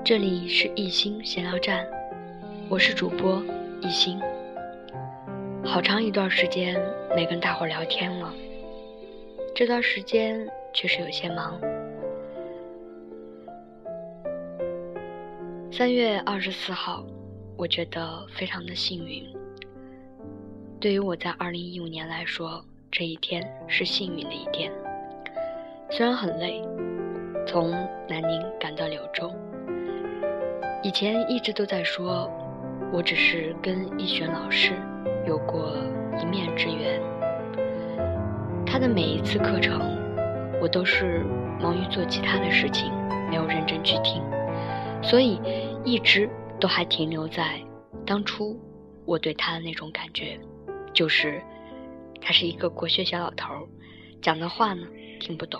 这里是一心闲聊站，我是主播一心。好长一段时间没跟大伙聊天了，这段时间确实有些忙。3月24号，我觉得非常的幸运。对于我在2015年来说，这一天是幸运的一天。虽然很累，从南宁赶到柳州。以前一直都在说，我只是跟易璇老师有过一面之缘。他的每一次课程，我都是忙于做其他的事情，没有认真去听，所以一直都还停留在当初我对他的那种感觉，就是他是一个国学小老头，讲的话呢听不懂。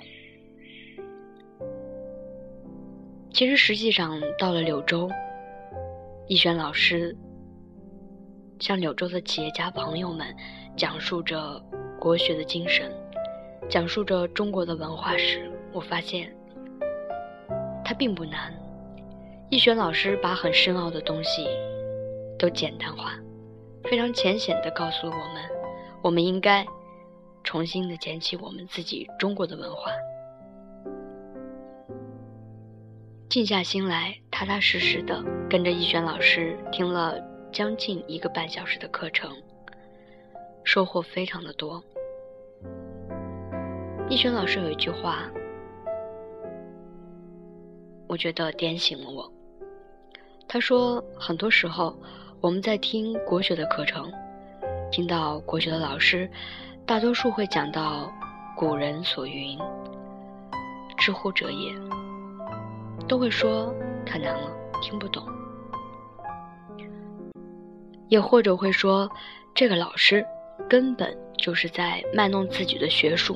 其实实际上到了柳州，易璇老师向柳州的企业家朋友们讲述着国学的精神，讲述着中国的文化史，我发现它并不难。易璇老师把很深奥的东西都简单化，非常浅显地告诉我们应该重新的捡起我们自己中国的文化。静下心来，踏踏实实的跟着易璇老师听了将近1个半小时的课程，收获非常的多。易璇老师有一句话，我觉得点醒了我。他说，很多时候我们在听国学的课程，听到国学的老师，大多数会讲到古人所云，知乎者也，都会说太难了，听不懂。也或者会说，这个老师根本就是在卖弄自己的学术。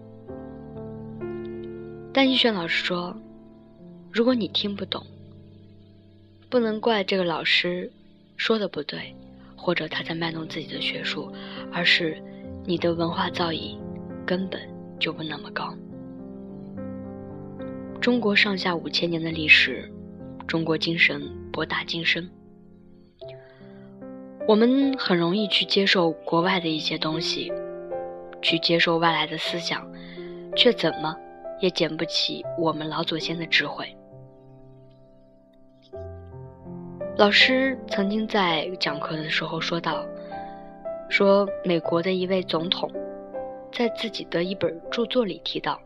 但易璇老师说，如果你听不懂，不能怪这个老师说的不对，或者他在卖弄自己的学术，而是你的文化造诣根本就不那么高。中国上下5000年的历史，中国精神博大精深。我们很容易去接受国外的一些东西，去接受外来的思想，却怎么也捡不起我们老祖先的智慧。老师曾经在讲课的时候说到，说美国的一位总统在自己的一本著作里提到，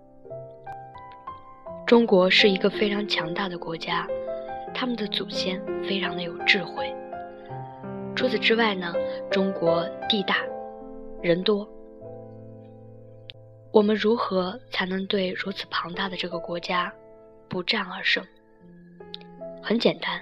中国是一个非常强大的国家，他们的祖先非常的有智慧。除此之外呢，中国地大人多，我们如何才能对如此庞大的这个国家不战而胜？很简单，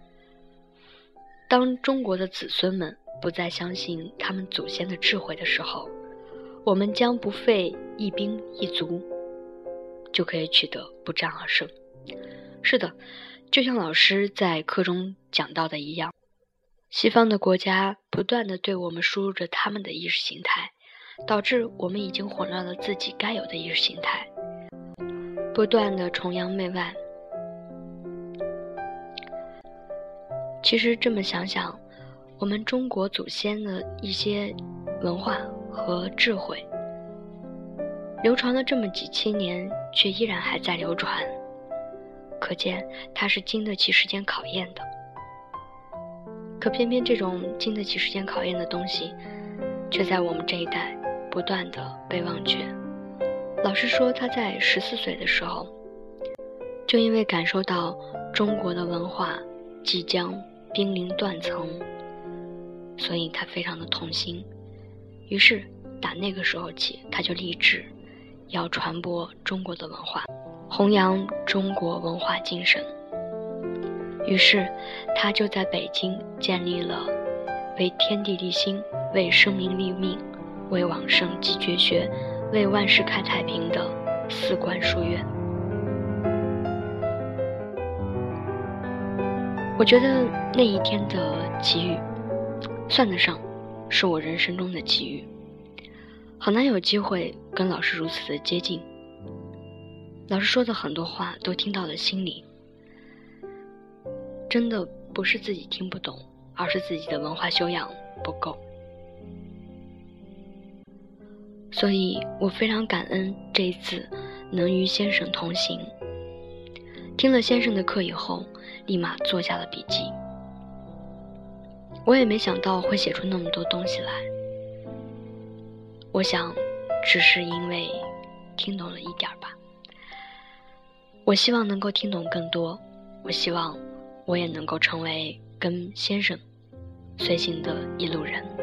当中国的子孙们不再相信他们祖先的智慧的时候，我们将不费一兵一卒就可以取得不战而胜。是的，就像老师在课中讲到的一样，西方的国家不断地对我们输入着他们的意识形态，导致我们已经混乱了自己该有的意识形态，不断地崇洋媚外。其实这么想想，我们中国祖先的一些文化和智慧流传了这么几千年，却依然还在流传，可见它是经得起时间考验的。可偏偏这种经得起时间考验的东西，却在我们这一代不断的被忘却。老师说，他在14岁的时候，就因为感受到中国的文化即将濒临断层，所以他非常的痛心。于是打那个时候起，他就立志要传播中国的文化，弘扬中国文化精神。于是他就在北京建立了为天地立心、为生民立命、为往圣继绝学、为万世开太平的4观书院。我觉得那一天的奇遇算得上是我人生中的奇遇，很难有机会跟老师如此的接近。老师说的很多话都听到了心里， 真的不是自己听不懂，而是自己的文化修养不够。所以我非常感恩这一次能与先生同行。听了先生的课以后，立马做下了笔记。我也没想到会写出那么多东西来，我想只是因为听懂了一点吧。我希望能够听懂更多，我希望我也能够成为跟先生随行的一路人。